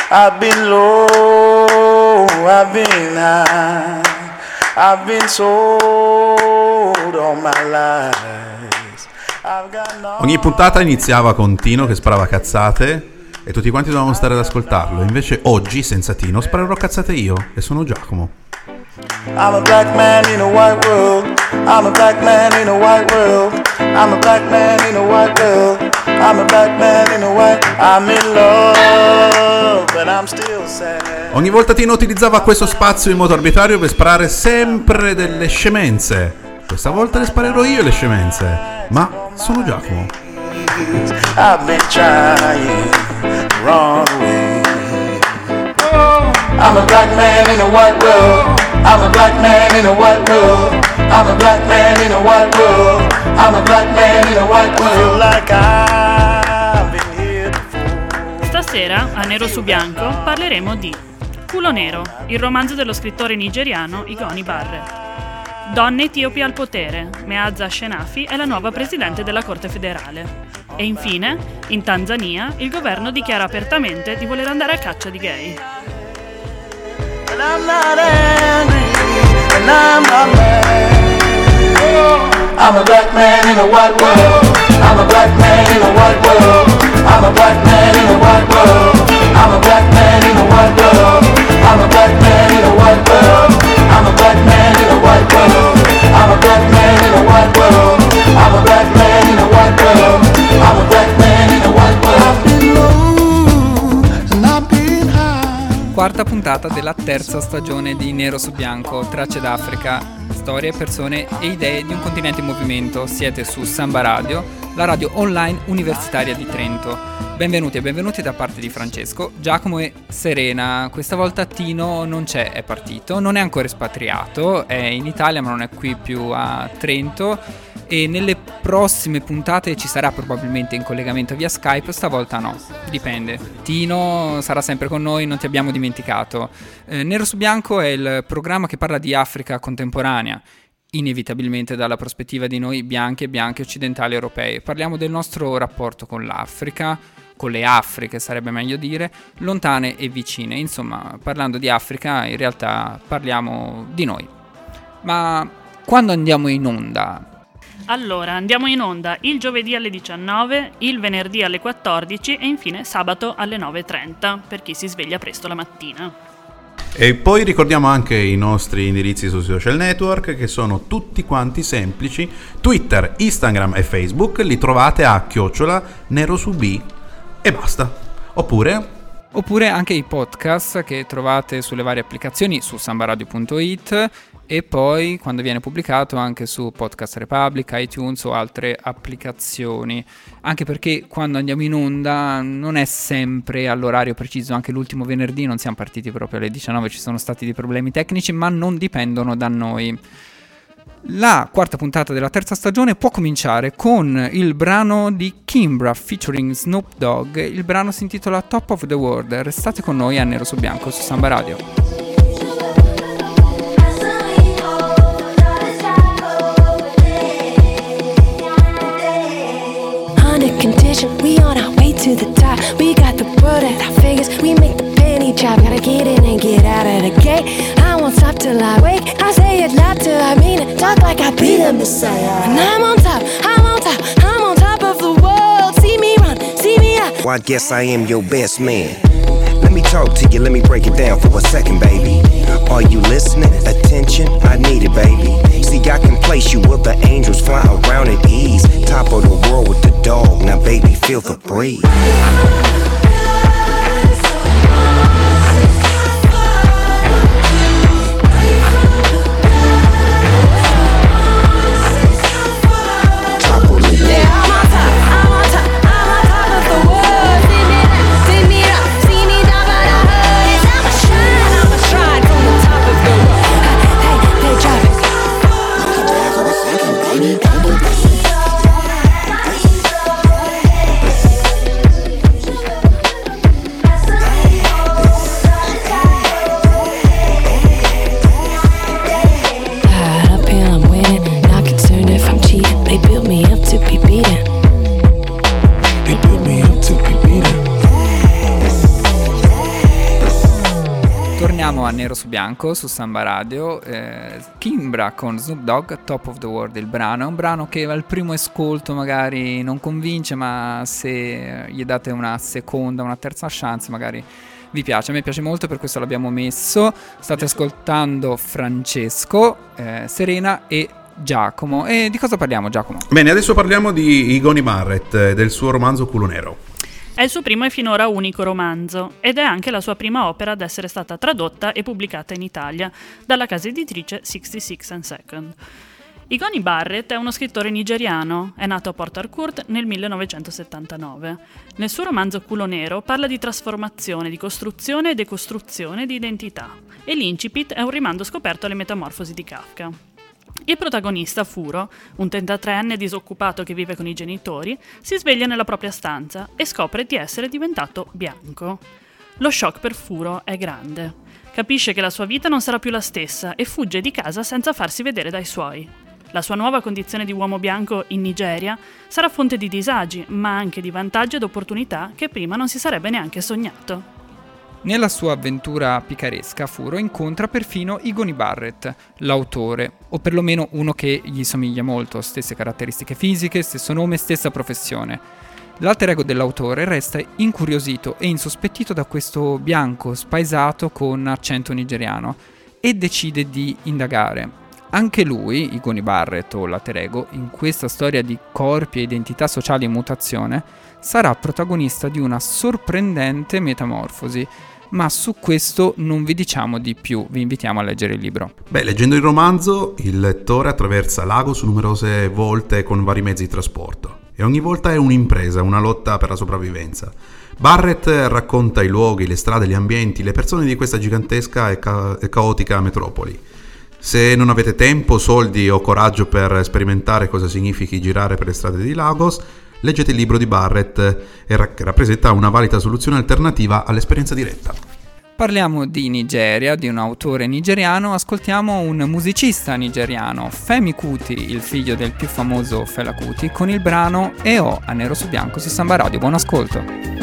I've been low, I've been high, I've been sold all my life. I've got no... Ogni puntata iniziava con Tino che sparava cazzate e tutti quanti dovevamo stare ad ascoltarlo. Invece oggi, senza Tino, sparerò cazzate io e sono Giacomo. I'm a black man in a white world. I'm a black man in a white world. I'm a black man in a white world. I'm a black man in a white. I'm in love, but I'm still sad. Ogni volta Tino utilizzava questo spazio in modo arbitrario per sparare sempre delle scemenze. Questa volta le sparerò io le scemenze, ma sono Giacomo. I've been trying the wrong way. I'm a black man in a white world. I'm a black man in a white world. I'm a black man in a white world. I'm a black man in a white world. Like I've been here before. Stasera, a Nero su Bianco, parleremo di Culo Nero, il romanzo dello scrittore nigeriano Igoni Barre. Donne etiopi al potere, Meazza Shenafi è la nuova presidente della Corte federale. E infine, in Tanzania, il governo dichiara apertamente di voler andare a caccia di gay. And I'm not angry, and I'm not mad. I'm a black man in a white world. I'm a black man in a white world. I'm a black man in a white world. I'm a black man in a white world. I'm a black man in a white world. I'm a black man in a white world. I'm a black man in a white world. I'm a black man in a white world. I'm a black man in a white world. I've been low and I've been high. Quarta puntata della terza stagione di Nero su Bianco, Tracce d'Africa, storie, persone e idee di un continente in movimento. Siete su Samba Radio, la radio online universitaria di Trento. Benvenuti e benvenuti da parte di Francesco, Giacomo e Serena. Questa volta Tino non c'è, è partito, non è ancora espatriato, è in Italia ma non è qui più a Trento. E nelle prossime puntate ci sarà probabilmente in collegamento via Skype, stavolta no, dipende. Tino sarà sempre con noi, non ti abbiamo dimenticato. Nero su Bianco è il programma che parla di Africa contemporanea, inevitabilmente dalla prospettiva di noi bianchi e bianche occidentali europei. Parliamo del nostro rapporto con l'Africa, con le Afriche sarebbe meglio dire, lontane e vicine. Insomma, parlando di Africa in realtà parliamo di noi. Ma quando andiamo in onda? Allora, andiamo in onda il giovedì alle 19, il venerdì alle 14 e infine sabato alle 9:30 per chi si sveglia presto la mattina. E poi ricordiamo anche i nostri indirizzi sui social network che sono tutti quanti semplici. Twitter, Instagram e Facebook li trovate a @nerosub e basta. Oppure anche i podcast che trovate sulle varie applicazioni su sambaradio.it e poi quando viene pubblicato anche su Podcast Republic, iTunes o altre applicazioni. Anche perché quando andiamo in onda non è sempre all'orario preciso, anche l'ultimo venerdì non siamo partiti proprio alle 19, ci sono stati dei problemi tecnici ma non dipendono da noi. La quarta puntata della terza stagione può cominciare con il brano di Kimbra featuring Snoop Dogg. Il brano si intitola Top of the World. Restate con noi a Nero su Bianco su Samba Radio. We on our way to the top. We got the world at our fingers. We make the penny drop. Gotta get in and get out of the gate. I won't stop till I wake. I say it loud till I mean it. Talk like I be the Messiah. And I'm on top, I'm on top, I'm on top of the world. See me run, see me out. Well, I guess I am your best man. Let me talk to you, let me break it down for a second, baby. Are you listening? Attention, I need it, baby. See, I can place you where the angels fly around at ease. Top of the world with the dog, now baby, feel the breeze. Siamo a Nero su Bianco su Samba Radio. Kimbra con Snoop Dogg, Top of the World il brano. È un brano che al primo ascolto magari non convince, ma se gli date una seconda, una terza chance magari vi piace. A me piace molto, per questo l'abbiamo messo. State ascoltando Francesco, Serena e Giacomo. E di cosa parliamo, Giacomo? Bene, adesso parliamo di Igoni Barrett, del suo romanzo Culo Nero. È il suo primo e finora unico romanzo, ed è anche la sua prima opera ad essere stata tradotta e pubblicata in Italia dalla casa editrice 66 & Second. Igoni Barrett è uno scrittore nigeriano, è nato a Port Harcourt nel 1979. Nel suo romanzo Culo Nero parla di trasformazione, di costruzione e decostruzione di identità, e l'incipit è un rimando scoperto alle metamorfosi di Kafka. Il protagonista, Furo, un 33enne disoccupato che vive con i genitori, si sveglia nella propria stanza e scopre di essere diventato bianco. Lo shock per Furo è grande. Capisce che la sua vita non sarà più la stessa e fugge di casa senza farsi vedere dai suoi. La sua nuova condizione di uomo bianco in Nigeria sarà fonte di disagi, ma anche di vantaggi ed opportunità che prima non si sarebbe neanche sognato. Nella sua avventura picaresca, Furo incontra perfino Igoni Barrett, l'autore, o perlomeno uno che gli somiglia molto, stesse caratteristiche fisiche, stesso nome, stessa professione. L'alter ego dell'autore resta incuriosito e insospettito da questo bianco spaesato con accento nigeriano e decide di indagare. Anche lui, Igoni Barrett o l'alter ego, in questa storia di corpi e identità sociali in mutazione, sarà protagonista di una sorprendente metamorfosi, ma su questo non vi diciamo di più, vi invitiamo a leggere il libro. Beh, leggendo il romanzo, il lettore attraversa Lagos numerose volte con vari mezzi di trasporto, e ogni volta è un'impresa, una lotta per la sopravvivenza. Barrett racconta i luoghi, le strade, gli ambienti, le persone di questa gigantesca e caotica metropoli. Se non avete tempo, soldi o coraggio per sperimentare cosa significhi girare per le strade di Lagos, leggete il libro di Barrett, che rappresenta una valida soluzione alternativa all'esperienza diretta. Parliamo di Nigeria, di un autore nigeriano, ascoltiamo un musicista nigeriano, Femi Kuti, il figlio del più famoso Fela Kuti, con il brano E.O. a Nero su Bianco su Samba Radio. Buon ascolto!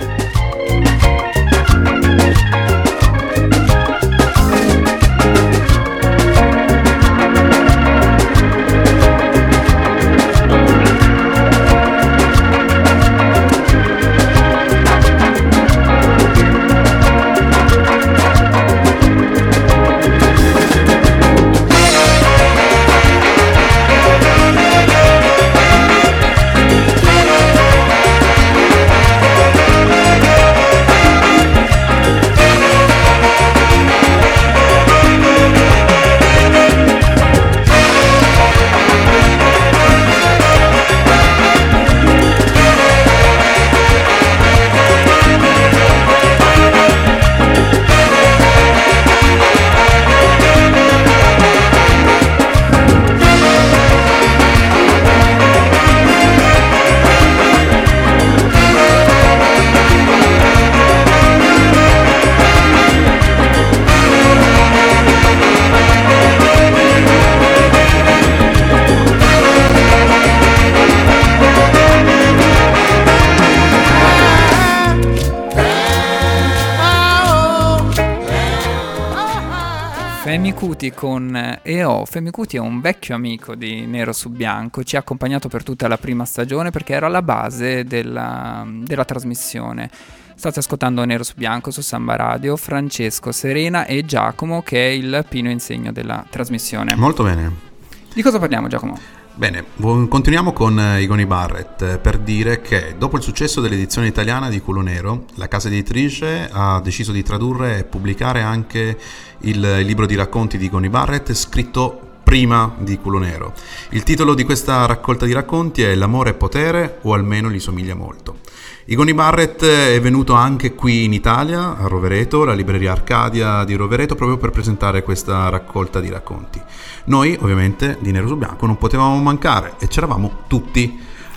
Femi Kuti con E.O. Femi Kuti è un vecchio amico di Nero su Bianco, ci ha accompagnato per tutta la prima stagione perché era la base della trasmissione. State ascoltando Nero su Bianco su Samba Radio, Francesco, Serena e Giacomo, che è il pino insegno della trasmissione. Molto bene. Di cosa parliamo, Giacomo? Bene, continuiamo con Igoni Barrett per dire che dopo il successo dell'edizione italiana di Culo Nero, la casa editrice ha deciso di tradurre e pubblicare anche il libro di racconti di Igoni Barrett scritto prima di Culo Nero. Il titolo di questa raccolta di racconti è L'amore è potere, o almeno gli somiglia molto. Igoni Barrett è venuto anche qui in Italia, a Rovereto, la libreria Arcadia di Rovereto, proprio per presentare questa raccolta di racconti. Noi, ovviamente, di Nero su Bianco non potevamo mancare e c'eravamo tutti.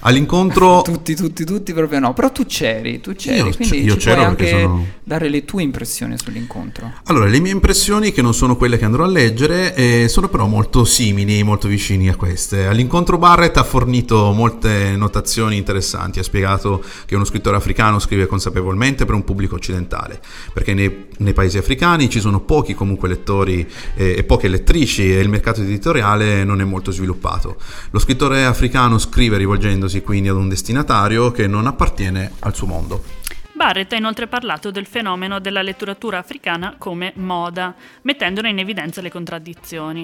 All'incontro tutti proprio no, però tu c'eri, quindi io ci c'ero puoi anche perché dare le tue impressioni sull'incontro. Allora, le mie impressioni, che non sono quelle che andrò a leggere, sono però molto simili, molto vicini a queste. All'incontro Barrett ha fornito molte notazioni interessanti, ha spiegato che uno scrittore africano scrive consapevolmente per un pubblico occidentale, perché nei paesi africani ci sono pochi comunque lettori e poche lettrici, e il mercato editoriale non è molto sviluppato. Lo scrittore africano scrive rivolgendosi quindi ad un destinatario che non appartiene al suo mondo. Barrett ha inoltre parlato del fenomeno della letteratura africana come moda, mettendone in evidenza le contraddizioni.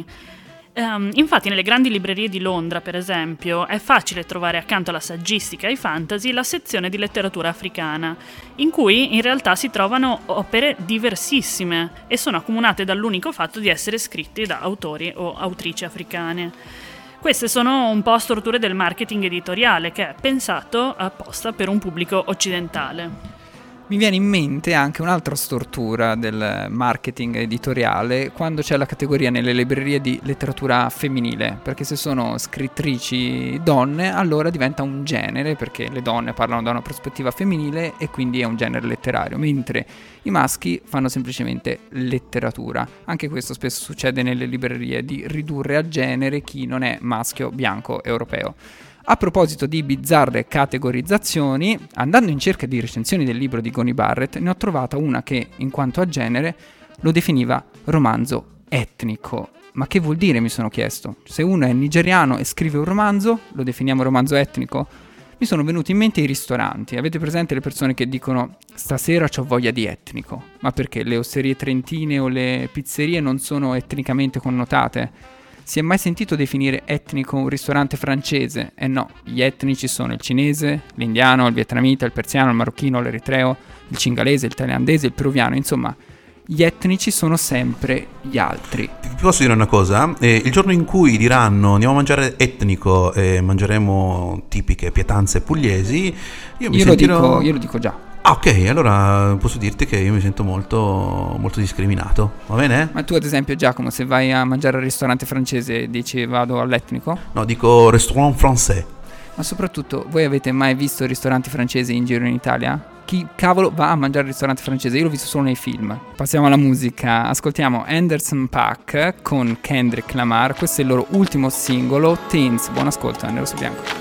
Infatti nelle grandi librerie di Londra, per esempio, è facile trovare accanto alla saggistica e ai fantasy la sezione di letteratura africana, in cui in realtà si trovano opere diversissime e sono accomunate dall'unico fatto di essere scritti da autori o autrici africane. Queste sono un po' storture del marketing editoriale, che è pensato apposta per un pubblico occidentale. Mi viene in mente anche un'altra stortura del marketing editoriale quando c'è la categoria nelle librerie di letteratura femminile, perché se sono scrittrici donne allora diventa un genere, perché le donne parlano da una prospettiva femminile e quindi è un genere letterario, mentre i maschi fanno semplicemente letteratura. Anche questo spesso succede nelle librerie, di ridurre a genere chi non è maschio, bianco, europeo. A proposito di bizzarre categorizzazioni, andando in cerca di recensioni del libro di Goni Barrett, ne ho trovata una che, in quanto a genere, lo definiva romanzo etnico. Ma che vuol dire, mi sono chiesto? Se uno è nigeriano e scrive un romanzo, lo definiamo romanzo etnico? Mi sono venuti in mente i ristoranti. Avete presente le persone che dicono stasera c'ho voglia di etnico? Ma perché le osterie trentine o le pizzerie non sono etnicamente connotate? Si è mai sentito definire etnico un ristorante francese? No, gli etnici sono il cinese, l'indiano, il vietnamita, il persiano, il marocchino, l'eritreo, il cingalese, il thailandese, il peruviano, insomma, gli etnici sono sempre gli altri. Ti posso dire una cosa? Il giorno in cui diranno andiamo a mangiare etnico e mangeremo tipiche pietanze pugliesi, io lo dico già. Ah, ok, allora posso dirti che io mi sento molto, molto discriminato, va bene? Ma tu ad esempio, Giacomo, se vai a mangiare al ristorante francese dici vado all'etnico? No, dico restaurant français. Ma soprattutto, voi avete mai visto ristoranti francesi in giro in Italia? Chi cavolo va a mangiare al ristorante francese? Io l'ho visto solo nei film. Passiamo alla musica, ascoltiamo Anderson .Paak con Kendrick Lamar, questo è il loro ultimo singolo, Teens. Buon ascolto, Nero su Bianco.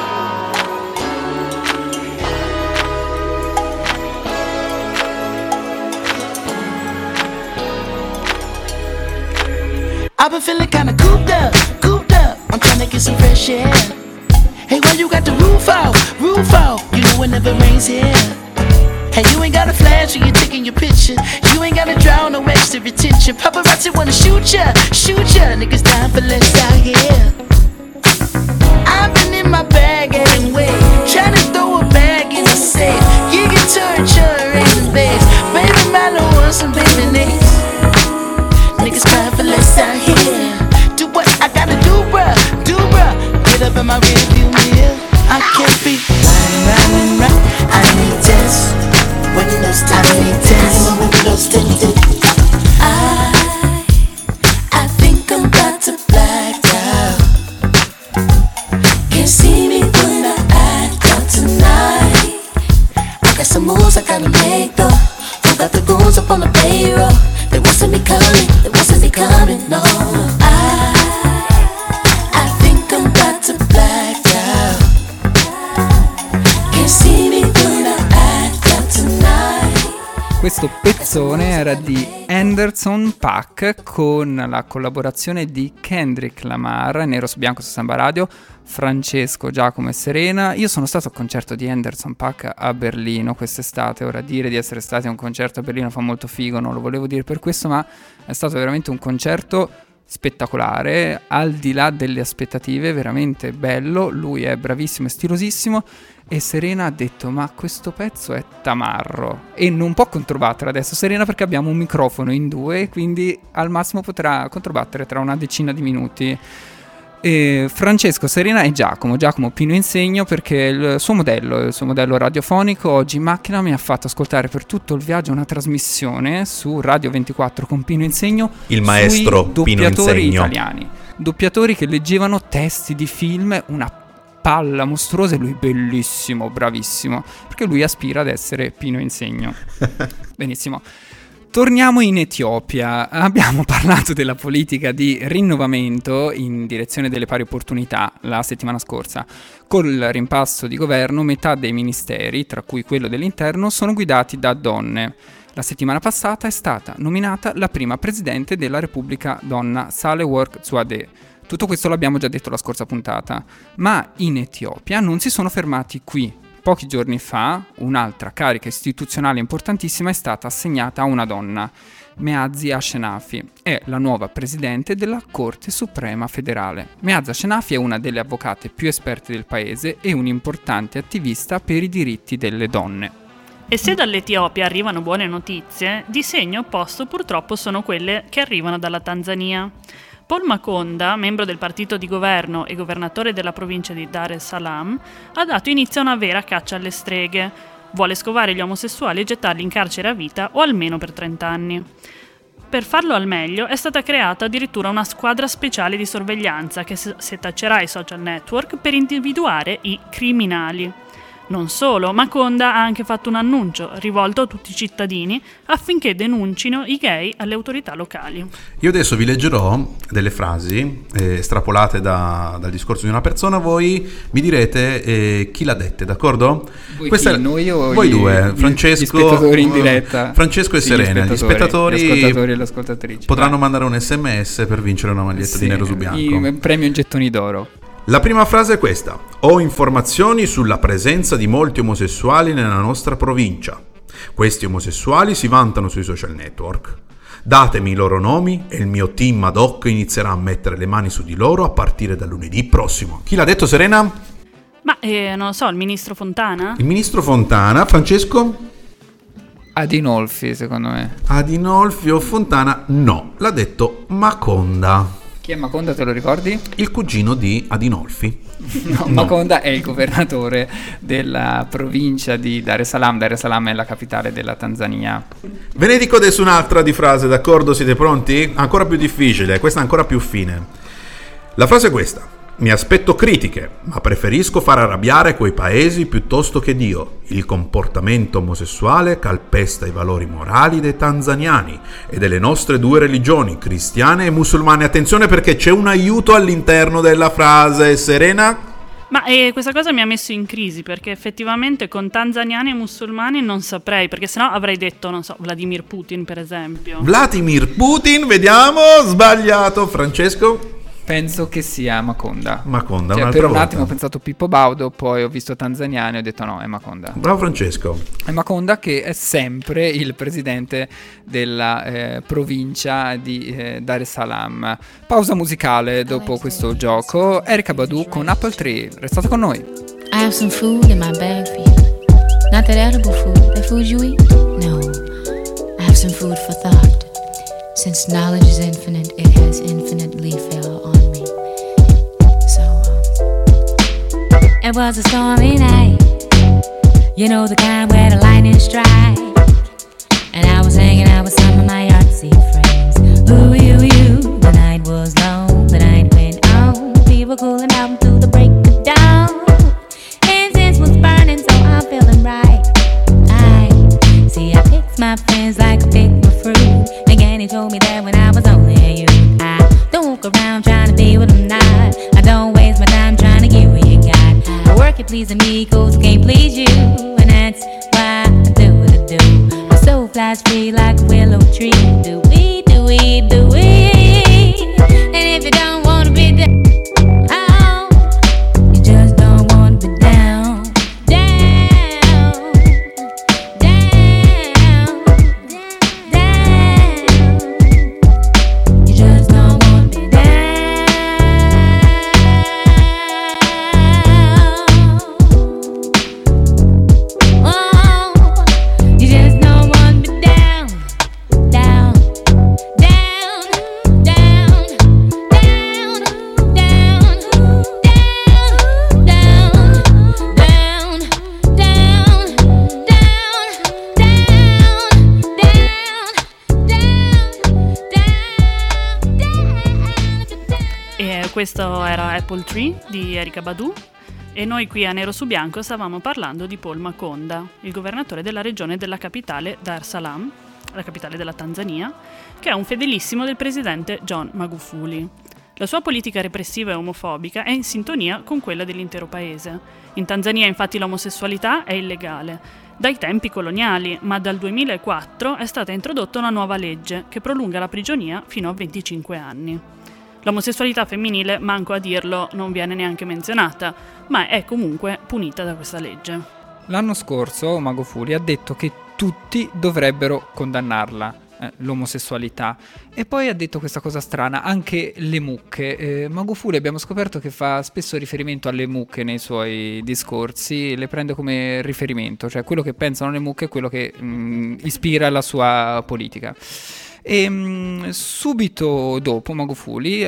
I've been feeling kinda cooped up. I'm trying to get some fresh air. Hey, why you got the roof out? You know it never rains here. Hey, you ain't got a flash when you're taking your picture. You ain't gotta draw no extra attention. Paparazzi wanna shoot ya. Niggas dying for less out here. I've been in my bag anyway, trying to throw a bag in the safe. You can turn in the base. Baby, Milo wants some baby names. Niggas crying for less out here. Do what I gotta do, bruh. Get up in my rearview mirror. I can't be riding. I need test. Windows, I need test. Windows tinted. I think I'm about to black out. Can't see me when I act out tonight. I got some moves I gotta make though. Who got the goons up on the payroll? They wasn't me coming, no. I think I'm about to black out. Can't see me when I act out tonight. Questo pezzone era di Anderson .Paak con la collaborazione di Kendrick Lamar, Nero su Bianco su Samba Radio, Francesco, Giacomo e Serena. Io sono stato al concerto di Anderson .Paak a Berlino quest'estate. Ora, dire di essere stati a un concerto a Berlino fa molto figo, non lo volevo dire per questo, ma è stato veramente un concerto spettacolare, al di là delle aspettative, veramente bello. Lui è bravissimo e stilosissimo, e Serena ha detto ma questo pezzo è tamarro, e non può controbattere adesso Serena perché abbiamo un microfono in due, quindi al massimo potrà controbattere tra una decina di minuti. Francesco, Serena e Giacomo Pino Insegno, perché il suo modello radiofonico oggi in macchina mi ha fatto ascoltare per tutto il viaggio una trasmissione su Radio 24 con Pino Insegno, il maestro sui doppiatori Pino Insegno, italiani, doppiatori che leggevano testi di film, una palla mostruosa e lui bellissimo, bravissimo, perché lui aspira ad essere Pino Insegno. Benissimo. Torniamo in Etiopia. Abbiamo parlato della politica di rinnovamento in direzione delle pari opportunità la settimana scorsa. Col rimpasto di governo, metà dei ministeri, tra cui quello dell'interno, sono guidati da donne. La settimana passata è stata nominata la prima presidente della Repubblica donna, Sahle-Work Zewde. Tutto questo l'abbiamo già detto la scorsa puntata, ma in Etiopia non si sono fermati qui. Pochi giorni fa un'altra carica istituzionale importantissima è stata assegnata a una donna, Meazzi Ashenafi, è la nuova presidente della Corte Suprema Federale. Meazzi Ashenafi è una delle avvocate più esperte del paese e un importante attivista per i diritti delle donne. E se dall'Etiopia arrivano buone notizie, di segno opposto purtroppo sono quelle che arrivano dalla Tanzania. Paul Makonda, membro del partito di governo e governatore della provincia di Dar es Salaam, ha dato inizio a una vera caccia alle streghe. Vuole scovare gli omosessuali e gettarli in carcere a vita o almeno per 30 anni. Per farlo al meglio è stata creata addirittura una squadra speciale di sorveglianza che setaccerà i social network per individuare i criminali. Non solo, Makonda ha anche fatto un annuncio rivolto a tutti i cittadini affinché denuncino i gay alle autorità locali. Io adesso vi leggerò delle frasi estrapolate dal discorso di una persona, voi mi direte chi l'ha dette, d'accordo? Voi questa chi? Noi o voi due, Francesco, gli spettatori in diretta? Francesco e Serena, gli spettatori gli ascoltatori e le ascoltatrici potranno mandare un SMS per vincere una maglietta di nero su bianco. Premio in gettoni d'oro. La prima frase è questa: ho informazioni sulla presenza di molti omosessuali nella nostra provincia. Questi omosessuali si vantano sui social network. Datemi i loro nomi e il mio team ad hoc inizierà a mettere le mani su di loro a partire da lunedì prossimo. Chi l'ha detto, Serena? Ma non lo so, il ministro Fontana? Il ministro Fontana. Francesco? Adinolfi, secondo me. Adinolfi o Fontana? No, l'ha detto Makonda. Chi è Makonda, te lo ricordi? Il cugino di Adinolfi. No. Makonda è il governatore della provincia di Dar es Salaam. Dar es Salaam è la capitale della Tanzania. Ve ne dico adesso un'altra di frase, d'accordo? Siete pronti? Ancora più difficile, questa è ancora più fine. La frase è questa: mi aspetto critiche, ma preferisco far arrabbiare quei paesi piuttosto che Dio. Il comportamento omosessuale calpesta i valori morali dei tanzaniani e delle nostre due religioni, cristiane e musulmane. Attenzione, perché c'è un aiuto all'interno della frase. Serena? Ma questa cosa mi ha messo in crisi, perché effettivamente con tanzaniani e musulmani non saprei, perché sennò avrei detto, non so, Vladimir Putin per esempio. Vladimir Putin, vediamo, sbagliato. Francesco? Penso che sia Makonda. Makonda, cioè, un'altra per un volta. attimo ho pensato Pippo Baudo, poi ho visto tanzaniani e ho detto no, è Makonda. Bravo Francesco. È Makonda, che è sempre il presidente della provincia di Dar es Salaam. Pausa musicale dopo questo gioco. Erykah Badu con Apple Tree. Restate con noi. I have some food in my bag for you. Not that edible food, that food you eat? No, I have some food for thought. Since knowledge is infinite, it has infinitely fell on me. So, it was a stormy night. You know, the kind where the lightning strikes. And I was hanging out with some of my artsy friends. Ooh, you. The night was long, the night went on. We were cooling out until the break of dawn. Incense was burning, so I'm feeling right. I picked my friends like I pick my fruit. Again, he told me that when I was only a youth. I don't walk around trying to be what I'm not. I don't waste my time trying to get what you got. I work at pleasing me, cause I can't please you. And that's why I do what I do. My soul flies free like a willow tree. Do we, do we, do we? And if you don't wanna be down, you just don't wanna be down. Questo era Apple Tree di Erykah Badu. E noi qui a Nero su Bianco stavamo parlando di Paul Makonda, il governatore della regione della capitale Dar es Salaam, la capitale della Tanzania, che è un fedelissimo del presidente John Magufuli. La sua politica repressiva e omofobica è in sintonia con quella dell'intero paese. In Tanzania infatti l'omosessualità è illegale, dai tempi coloniali, ma dal 2004 è stata introdotta una nuova legge che prolunga la prigionia fino a 25 anni. L'omosessualità femminile, manco a dirlo, non viene neanche menzionata, ma è comunque punita da questa legge. L'anno scorso Magufuli ha detto che tutti dovrebbero condannarla, l'omosessualità, e poi ha detto questa cosa strana, anche le mucche. Magufuli abbiamo scoperto che fa spesso riferimento alle mucche nei suoi discorsi, le prende come riferimento, cioè quello che pensano le mucche è quello che ispira la sua politica. E subito dopo Magufuli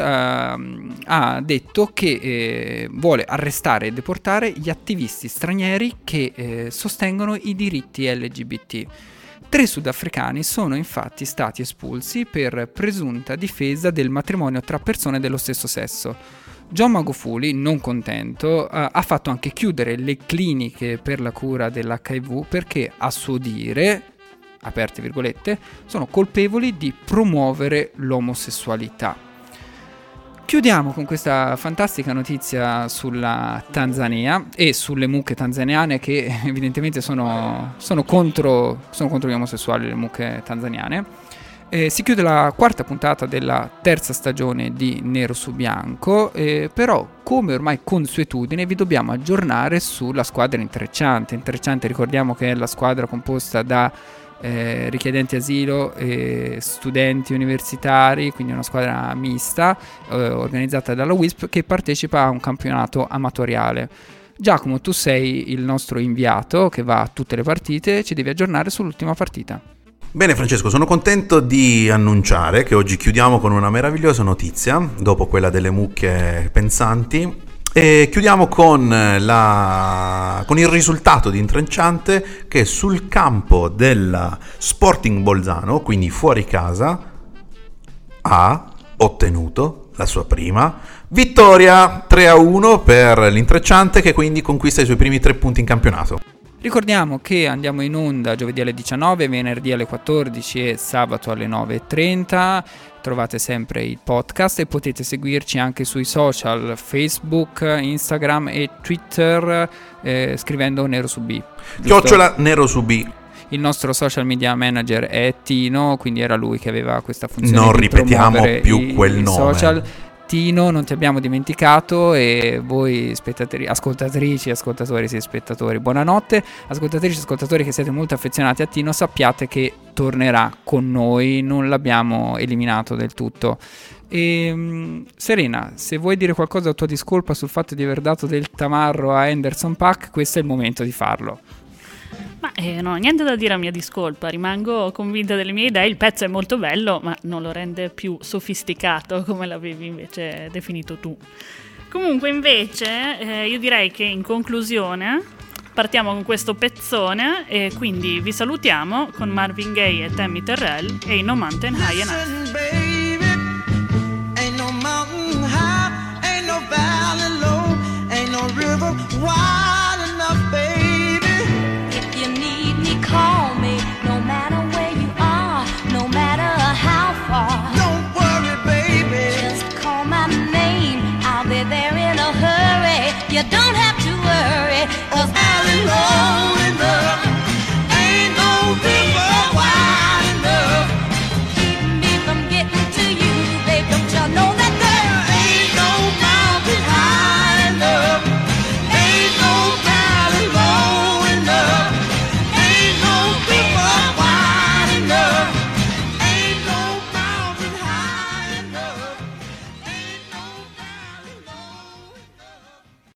ha detto che vuole arrestare e deportare gli attivisti stranieri che sostengono i diritti LGBT. 3 sudafricani sono infatti stati espulsi per presunta difesa del matrimonio tra persone dello stesso sesso. John Magufuli, non contento, ha fatto anche chiudere le cliniche per la cura dell'HIV perché, a suo dire, aperte virgolette, sono colpevoli di promuovere l'omosessualità. Chiudiamo con questa fantastica notizia sulla Tanzania e sulle mucche tanzaniane che evidentemente sono contro gli omosessuali, le mucche tanzaniane. Si chiude la 4ª puntata della 3ª stagione di Nero su Bianco, però come ormai consuetudine vi dobbiamo aggiornare sulla squadra Intrecciante. Intrecciante, ricordiamo che è la squadra composta da richiedenti asilo e studenti universitari, quindi una squadra mista organizzata dalla WISP che partecipa a un campionato amatoriale. Giacomo, tu sei il nostro inviato che va a tutte le partite, ci devi aggiornare sull'ultima partita. Bene Francesco, sono contento di annunciare che oggi chiudiamo con una meravigliosa notizia, dopo quella delle mucche pensanti, e chiudiamo con il risultato di Intrecciante che sul campo della Sporting Bolzano, quindi fuori casa, ha ottenuto la sua prima vittoria 3-1 per l'Intrecciante, che quindi conquista i suoi primi 3 punti in campionato. Ricordiamo che andiamo in onda giovedì alle 19, venerdì alle 14 e sabato alle 9:30. Trovate sempre il podcast e potete seguirci anche sui social Facebook, Instagram e Twitter scrivendo Nero su B. @ Nero su B. Il nostro social media manager è Tino, quindi era lui che aveva questa funzione. Non di ripetiamo più quel nome. Social. Tino, non ti abbiamo dimenticato, e voi ascoltatrici, ascoltatori, sì, spettatori, buonanotte. Ascoltatrici e ascoltatori che siete molto affezionati a Tino, sappiate che tornerà con noi, non l'abbiamo eliminato del tutto. E Serena, se vuoi dire qualcosa a tua discolpa sul fatto di aver dato del tamarro a Anderson .Paak, questo è il momento di farlo. Ma no, niente da dire a mia discolpa, rimango convinta delle mie idee, il pezzo è molto bello, ma non lo rende più sofisticato come l'avevi invece definito tu. Comunque invece io direi che in conclusione partiamo con questo pezzone e quindi vi salutiamo con Marvin Gaye e Tammy Terrell e In No Mountain High Enough. Ain't no mountain high, ain't no valley low, ain't no river wide.